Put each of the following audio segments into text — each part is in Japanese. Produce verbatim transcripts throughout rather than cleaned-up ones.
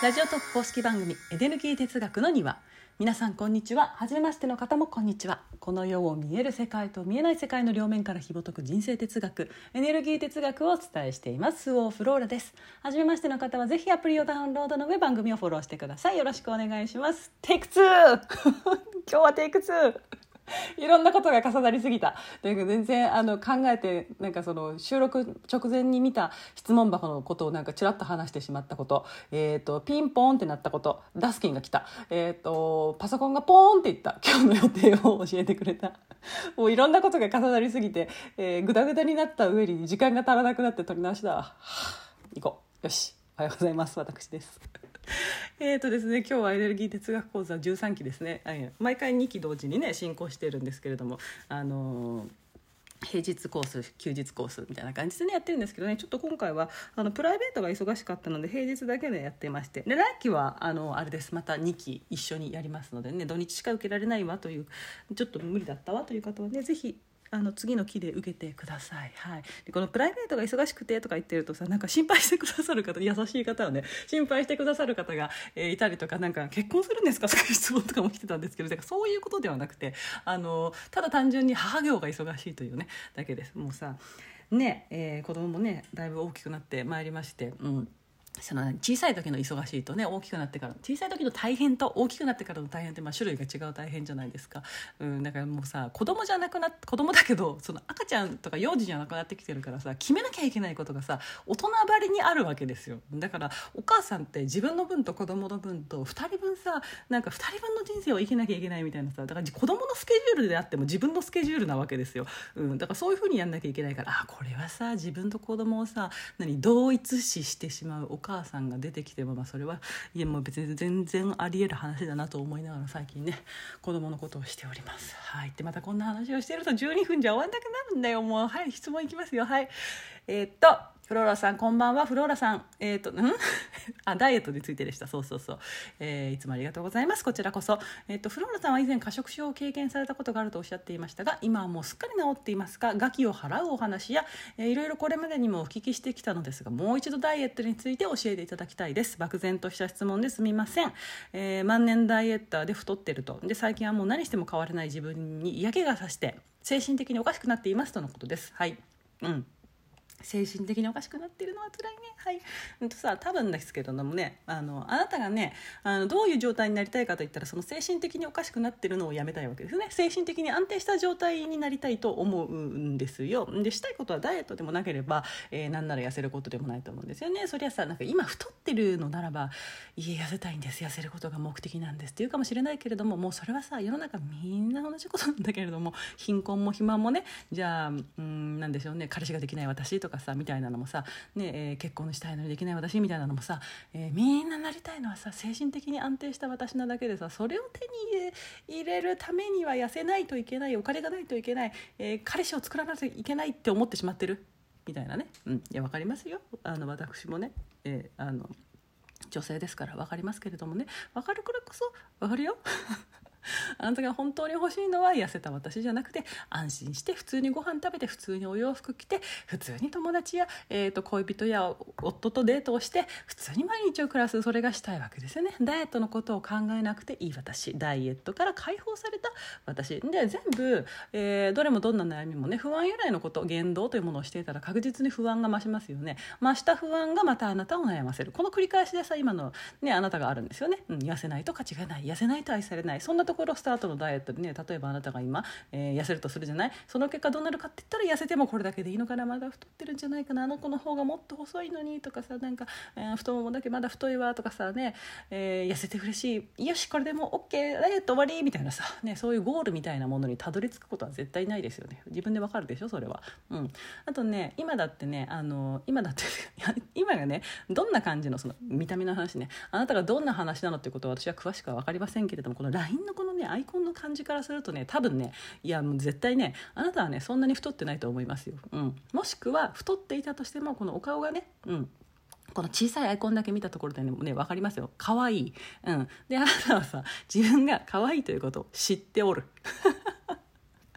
ラジオトーク公式番組エネルギー哲学の庭。皆さんこんにちは。初めましての方もこんにちは。この世を見える世界と見えない世界の両面から紐解く人生哲学、エネルギー哲学をお伝えしていますスオーフローラです。初めましての方はぜひアプリをダウンロードの上番組をフォローしてください。よろしくお願いします。テイクツー今日はテイクツーいろんなことが重なりすぎた。全然あの考えてなんかその収録直前に見た質問箱のことをなんかちらっと話してしまったこと、えー、とピンポーンってなったこと、ダスキンが来た、えー、とパソコンがポーンっていった今日の予定を教えてくれた。もういろんなことが重なりすぎて、えー、グダグダになった上に時間が足らなくなって取り直しだわ。はぁ、行こう。よし、おはようございます。私ですえーとですね、今日はエネルギー哲学講座じゅうさんきですね。毎回にき同時にね進行してるんですけれども、あのー平日コース休日コースみたいな感じでねやってるんですけどね、ちょっと今回はあのプライベートが忙しかったので平日だけでやってまして、で来期はあのあれです、またにき一緒にやりますのでね、土日しか受けられないわという、ちょっと無理だったわという方はねぜひあの次の期で受けてください。はい、でこのプライベートが忙しくてとか言ってるとさ、なんか心配してくださる方、優しい方はね心配してくださる方が、えー、いたりとか、なんか結婚するんですかとか質問とかも来てたんですけど、だからそういうことではなくて、あのただ単純に母業が忙しいというねだけです。もうさね、えー、子供もねだいぶ大きくなってまいりまして、うんその小さい時の忙しいとね、大きくなってから小さい時の大変と大きくなってからの大変って、まあ種類が違う大変じゃないですか。うん、だからもうさ子供じゃなくなっ子供だけどその赤ちゃんとか幼児じゃなくなってきてるからさ、決めなきゃいけないことがさ大人ばりにあるわけですよ。だからお母さんって自分の分と子供の分とふたりぶんさ、なんかふたりぶんの人生を生きなきゃいけないみたいなさ、だから子供のスケジュールであっても自分のスケジュールなわけですよ。うん、だからそういう風にやんなきゃいけないから、あこれはさ自分と子供をさ何同一視してしまうお母さんが出てきても、まあ、それはいやもう別に全然あり得る話だなと思いながら最近ね子供のことをしております。はい、でまたこんな話をしてるとじゅうにふんじゃ終わんなくなるんだよ。もうはい、質問いきますよ。はい、えー、っとフローラさんこんばんは。フローラさん、えー、っとんあダイエットについてでした。そうそうそう、えー、いつもありがとうございます。こちらこそ、えー、っとフローラさんは以前過食症を経験されたことがあるとおっしゃっていましたが、今はもうすっかり治っていますが、餓鬼を払うお話や、えー、いろいろこれまでにもお聞きしてきたのですが、もう一度ダイエットについて教えていただきたいです。漠然とした質問ですみません。えー、万年ダイエッターで太ってると、で最近はもう何しても変わらない自分に嫌気がさして精神的におかしくなっていますとのことです。はい、うん精神的におかしくなっているのは辛いね。はい、うんとさ多分ですけれどもね、あのあなたがねあのどういう状態になりたいかといったら、その精神的におかしくなっているのをやめたいわけですね。精神的に安定した状態になりたいと思うんですよ。でしたいことはダイエットでもなければ、えー、なんなら痩せることでもないと思うんですよね。そりゃさなんか今太ってるのならば、いえ痩せたいんです、痩せることが目的なんですって言うかもしれないけれども、もうそれはさ世の中みんな同じことなんだけれども、貧困も肥満もね、じゃあうんなんでしょうね、彼氏ができない私とかさみたいなのもさ、ねえー、結婚したいのにできない私みたいなのもさ、えー、みんななりたいのはさ精神的に安定した私なだけでさ、それを手に入れるためには痩せないといけない、お金がないといけない、えー、彼氏を作らないといけないって思ってしまってるみたいなね。うん、いや分かりますよ。あの私もね、えー、あの女性ですから分かりますけれどもね、分かるからこそ分かるよあなたが本当に欲しいのは痩せた私じゃなくて、安心して普通にご飯食べて、普通にお洋服着て、普通に友達や、えー、と恋人や夫とデートをして普通に毎日を暮らす、それがしたいわけですよね。ダイエットのことを考えなくていい私、ダイエットから解放された私で、全部、えー、どれもどんな悩みもね、不安由来のこと、言動というものをしていたら確実に不安が増しますよね。増した不安がまたあなたを悩ませる、この繰り返しでさ今の、ね、あなたがあるんですよね。うん、痩せないと価値がない、痩せないと愛されない、そんなところスタートのダイエットでね、例えばあなたが今、えー、痩せるとするじゃない。その結果どうなるかって言ったら、痩せてもこれだけでいいのかな、まだ太ってるんじゃないかな、あの子の方がもっと細いのにとかさ、なんか、えー、太ももだけまだ太いわとかさね、えー、痩せて嬉しい、よしこれでもう OK ダイエット終わりみたいなさ、ね、そういうゴールみたいなものにたどり着くことは絶対ないですよね。自分でわかるでしょそれは。うん、あとね今だってねあの今だって今がねどんな感じのその見た目の話ね、あなたがどんな話なのっていうことは私は詳しくは分かりませんけれども、この ライン のこのねアイコンの感じからするとね、多分ねいやもう絶対ねあなたはねそんなに太ってないと思いますよ。うん、もしくは太っていたとしてもこのお顔がね、うんこの小さいアイコンだけ見たところで ね, ね分かりますよ。可愛い、うん、であなたはさ自分が可愛いということを知っておる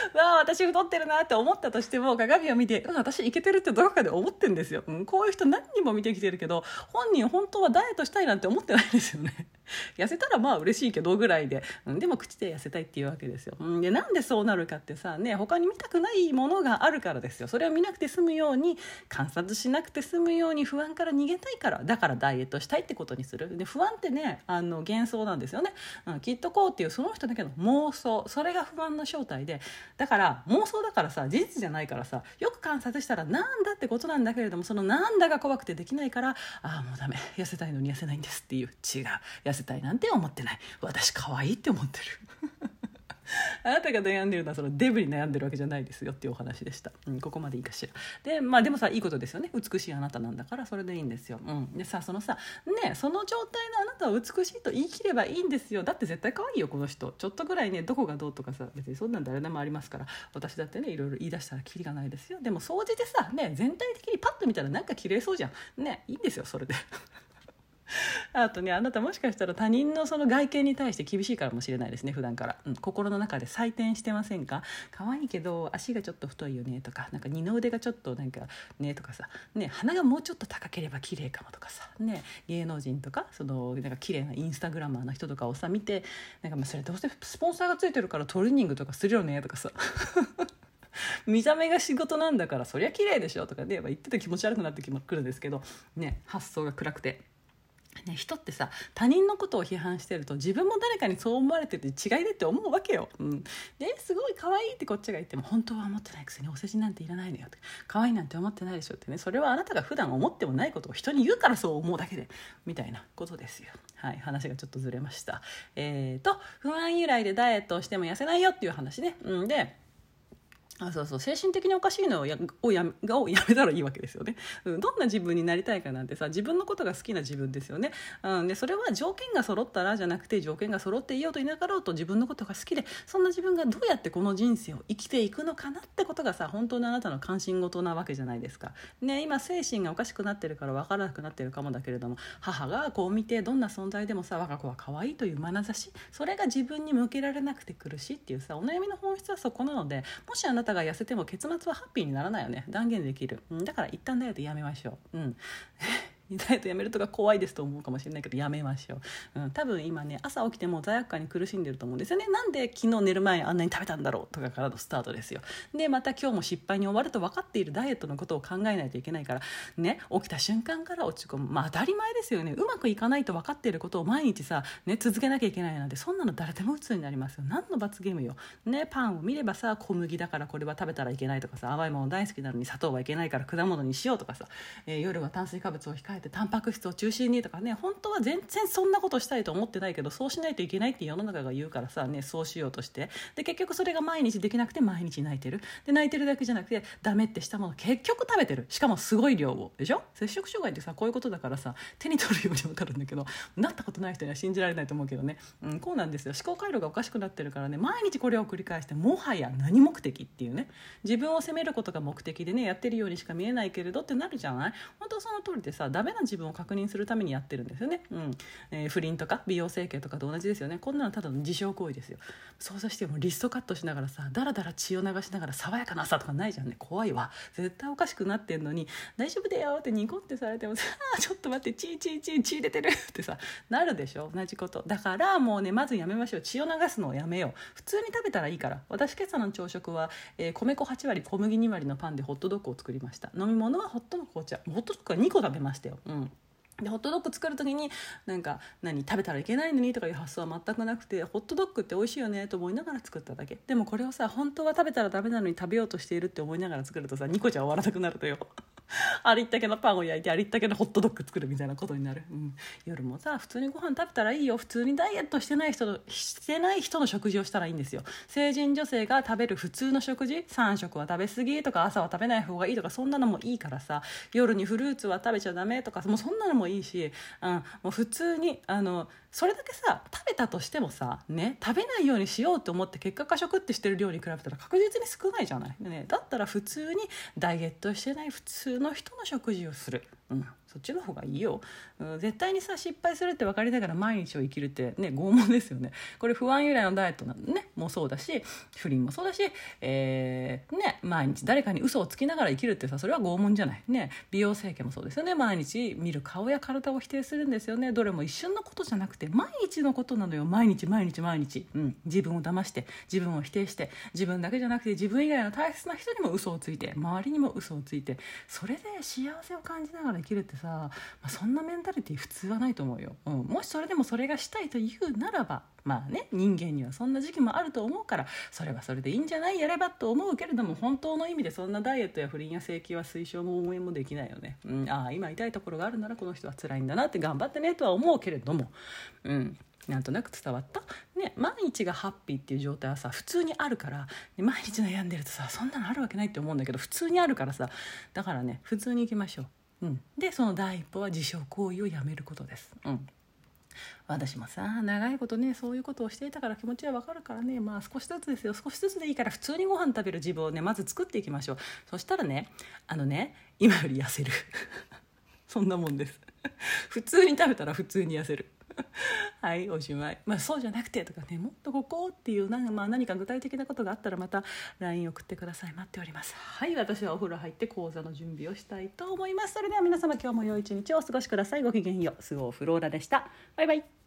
わあ私太ってるなって思ったとしても、鏡を見て、うん、私イケてるってどこかで思ってるんですよ、うん、こういう人何人も見てきてるけど、本人本当はダイエットしたいなんて思ってないですよね。痩せたらまあ嬉しいけどぐらいで、うん、でも口で痩せたいっていうわけですよ、うん、でなんでそうなるかってさ、ね、他に見たくないものがあるからですよ。それを見なくて済むように、観察しなくて済むように、不安から逃げたいから、だからダイエットしたいってことにする。で不安ってね、あの幻想なんですよね、うん、きっとこうっていうその人だけの妄想、それが不安の正体で、だから妄想だからさ、事実じゃないからさ、よく観察したらなんだってことなんだけれども、そのなんだが怖くてできないから、ああもうダメ、痩せたいのに痩せないんですっていう、違う、痩せたいなんて思ってない、私可愛いって思ってるあなたが悩んでるのはそのデブに悩んでるわけじゃないですよっていうお話でした、うん、ここまでいいかしら。でまあでもさ、いいことですよね、美しいあなたなんだからそれでいいんですよ、うん、でさ、そのさね、その状態のあなたは美しいと言い切ればいいんですよ。だって絶対可愛いよこの人、ちょっとぐらいね、どこがどうとかさ、別にそんなん誰でもありますから、私だってねいろいろ言い出したらキリがないですよ。でも総じてさ、ね、全体的にパッと見たらなんか綺麗そうじゃんね、いいんですよそれであとね、あなたもしかしたら他人のその外見に対して厳しいからもしれないですね、普段から、うん、心の中で採点してませんか？可愛いけど足がちょっと太いよねとか、なんか二の腕がちょっとなんかねとかさ、ね、鼻がもうちょっと高ければ綺麗かもとかさ、ね、芸能人とかそのなんか綺麗なインスタグラマーの人とかをさ見て、なんかまあそれどうせスポンサーがついてるからトレーニングとかするよねとかさ見た目が仕事なんだからそりゃ綺麗でしょとかね、まあ、言ってて気持ち悪くなってくるんですけどね、発想が暗くて。ね、人ってさ、他人のことを批判してると自分も誰かにそう思われてて違いでって思うわけよ、うん、ですごい可愛いってこっちが言っても、本当は思ってないくせにお世辞なんていらないのよって、可愛いなんて思ってないでしょってね、それはあなたが普段思ってもないことを人に言うからそう思うだけでみたいなことですよ。はい、話がちょっとずれました。えーと不安由来でダイエットをしても痩せないよっていう話ね、うん、であそうそう精神的におかしいのを や, をやをやめたらいいわけですよね、うん、どんな自分になりたいかなんてさ、自分のことが好きな自分ですよね、うん、でそれは条件が揃ったらじゃなくて、条件が揃っていようといなかろうと自分のことが好きで、そんな自分がどうやってこの人生を生きていくのかなってことがさ、本当にあなたの関心事なわけじゃないですか、ね、今精神がおかしくなってるから分からなくなってるかもだけれども、母がこう見てどんな存在でもさ、我が子は可愛いという眼差し、それが自分に向けられなくて苦しいっていうさ、お悩みの本質はそこなので、もしあなたが痩せても結末はハッピーにならないよね、断言できる、うん、だから一旦ダイエットやめましょう、うんダイエットやめるとか怖いですと思うかもしれないけどやめましょう、うん、多分今ね朝起きても罪悪感に苦しんでると思うんですよね。なんで昨日寝る前にあんなに食べたんだろうとかからのスタートですよ。でまた今日も失敗に終わると分かっているダイエットのことを考えないといけないからね、起きた瞬間から落ち込む、まあ当たり前ですよね。うまくいかないと分かっていることを毎日さ、ね、続けなきゃいけないなんて、そんなの誰でも鬱になりますよ。何の罰ゲームよ、ね、パンを見ればさ、小麦だからこれは食べたらいけないとかさ、甘いもの大好きなのに砂糖はいけないから果物にしようとかさ、えー、夜は炭水化物を控えてタンパク質を中心にとかね、本当は全然そんなことしたいと思ってないけど、そうしないといけないって世の中が言うからさ、ね、そうしようとして、で結局それが毎日できなくて毎日泣いてる。で泣いてるだけじゃなくてダメってしたもの結局食べてる、しかもすごい量をでしょ。摂食障害ってさこういうことだからさ、手に取るように分かるんだけど、なったことない人には信じられないと思うけどね、うん、こうなんですよ。思考回路がおかしくなってるからね、毎日これを繰り返して、もはや何目的っていうね、自分を責めることが目的でねやってるようにしか見えないけれどってなるじゃない。本当その通りでさ、ダメな自分を確認するためにやってるんですよね、うんえー、不倫とか美容整形とかと同じですよね。こんなのただの自傷行為ですよ。想像してもリストカットしながらさ、だらだら血を流しながら爽やかな朝とかないじゃんね。怖いわ、絶対おかしくなってんのに大丈夫だよってニコってされてもさ、ちょっと待って、血血血血出てるってさなるでしょ。同じことだからもうね、まずやめましょう。血を流すのをやめよう。普通に食べたらいいから。私今朝の朝食は、えー、米粉はち割小麦に割のパンでホットドッグを作りました。飲み物はホットの紅茶。ホットドッグはにこ食べましたよ。うんでホットドッグ作る時になんか何食べたらいけないのにとかいう発想は全くなくて、ホットドッグって美味しいよねと思いながら作っただけ。でもこれをさ、本当は食べたらダメなのに食べようとしているって思いながら作るとさ、にこじゃ終わらなくなるとよありったけのパンを焼いてありったけのホットドッグ作るみたいなことになる、うん、夜もさ普通にご飯食べたらいいよ。普通にダイエットしてない人のしてない人の食事をしたらいいんですよ。成人女性が食べる普通の食事、さん食は食べ過ぎとか朝は食べない方がいいとか、そんなのもいいからさ、夜にフルーツは食べちゃダメとか、もうそんなのもいいし、うん、もう普通にあのそれだけさ食べたとしてもさ、ね、食べないようにしようと思って結果過食ってしてる量に比べたら確実に少ないじゃない、ね、だったら普通にダイエットしてない普通の人の食事をする。 うん、そっちの方がいいよ、うん、絶対にさ失敗するって分かりながら毎日を生きるってね拷問ですよね。これ不安由来のダイエットなのねもそうだし不倫もそうだし、えーね、毎日誰かに嘘をつきながら生きるってさそれは拷問じゃないね。美容整形もそうですよね。毎日見る顔や体を否定するんですよね。どれも一瞬のことじゃなくて毎日のことなのよ。毎日毎日毎日、うん、自分を騙して自分を否定して自分だけじゃなくて自分以外の大切な人にも嘘をついて周りにも嘘をついてそれで幸せを感じながら生きるってさ、まあ、そんなメンタリティ普通はないと思うよ、うん、もしそれでもそれがしたいというならばまあね人間にはそんな時期もあると思うからそれはそれでいいんじゃないやればと思うけれども本当の意味でそんなダイエットや不倫や整形は推奨も応援もできないよね、うん、ああ今痛いところがあるならこの人は辛いんだなって頑張ってねとは思うけれども、うんなんとなく伝わった、ね、毎日がハッピーっていう状態はさ普通にあるから、ね、毎日悩んでるとさそんなのあるわけないって思うんだけど普通にあるからさだからね普通に行きましょう、うん、でその第一歩は自傷行為をやめることです、うん、私もさ長いことねそういうことをしていたから気持ちはわかるからねまあ少しずつですよ少しずつでいいから普通にご飯食べる自分をねまず作っていきましょう。そしたらねあのね今より痩せるそんなもんです普通に食べたら普通に痩せるはいおしまい、まあ、そうじゃなくてとかねもっとここっていうなんか、まあ、何か具体的なことがあったらまた ライン 送ってください。待っております。はい私はお風呂入って講座の準備をしたいと思います。それでは皆様今日も良い一日をお過ごしください。ごきげんようスゴーフローラでした。バイバイ。